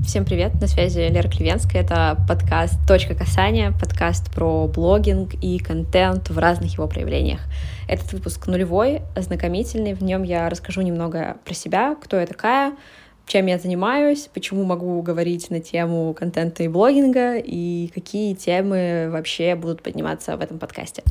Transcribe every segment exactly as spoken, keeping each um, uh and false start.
Всем привет, на связи Лера Клевенская, это подкаст «Точка касания», подкаст про блогинг и контент в разных его проявлениях. Этот выпуск нулевой, ознакомительный, в нем я расскажу немного про себя, кто я такая, чем я занимаюсь, почему могу говорить на тему контента и блогинга, и какие темы вообще будут подниматься в этом подкасте.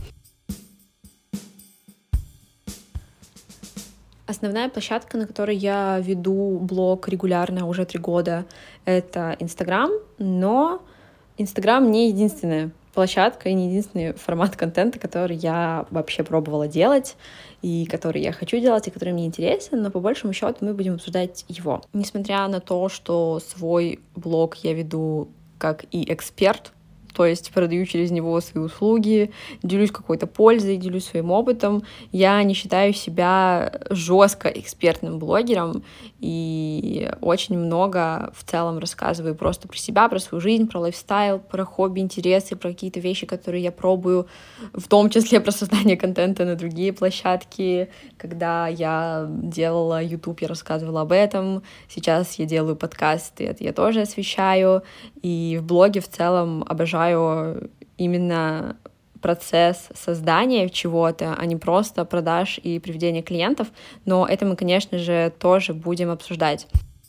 Основная площадка, на которой я веду блог регулярно уже три года, это Инстаграм, но Инстаграм не единственная площадка и не единственный формат контента, который я вообще пробовала делать, и который я хочу делать, и который мне интересен, но по большему счету мы будем обсуждать его. Несмотря на то, что свой блог я веду как и эксперт, то есть продаю через него свои услуги, делюсь какой-то пользой, делюсь своим опытом. Я не считаю себя жестко экспертным блогером и очень много в целом рассказываю просто про себя, про свою жизнь, про лайфстайл, про хобби, интересы, про какие-то вещи, которые я пробую, в том числе про создание контента на другие площадки. Когда я делала YouTube, я рассказывала об этом. Сейчас я делаю подкасты, это я тоже освещаю. И в блоге в целом обожаю именно процесс создания чего-то, а не просто продаж и приведения клиентов, но это мы, конечно же, тоже будем обсуждать.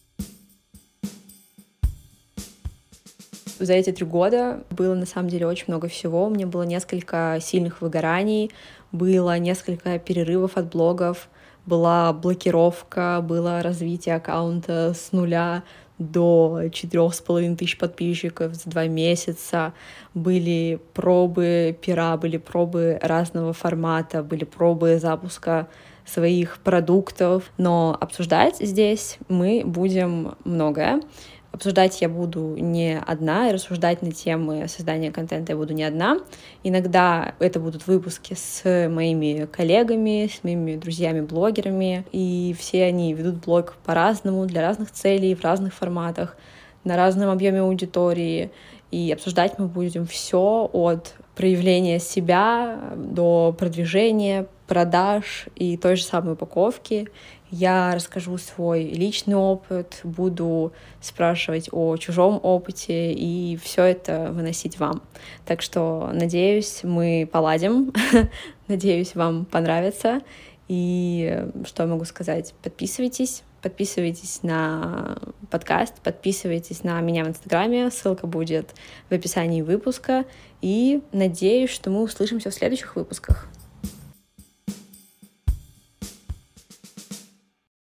За эти три года было, на самом деле, очень много всего. У меня было несколько сильных выгораний, было несколько перерывов от блогов, была блокировка, было развитие аккаунта с нуля до четырех с половиной тысяч подписчиков за два месяца, были пробы пера, были пробы разного формата, были пробы запуска своих продуктов, но обсуждать здесь мы будем многое. Обсуждать я буду не одна, и рассуждать на темы создания контента я буду не одна. Иногда это будут выпуски с моими коллегами, с моими друзьями-блогерами, и все они ведут блог по-разному, для разных целей, в разных форматах, на разном объеме аудитории. И обсуждать мы будем все от проявления себя до продвижения, продаж и той же самой упаковки. Я расскажу свой личный опыт, буду спрашивать о чужом опыте и все это выносить вам. Так что, надеюсь, мы поладим, надеюсь, вам понравится. И что я могу сказать? Подписывайтесь, подписывайтесь на подкаст, подписывайтесь на меня в Инстаграме, ссылка будет в описании выпуска. И надеюсь, что мы услышимся в следующих выпусках.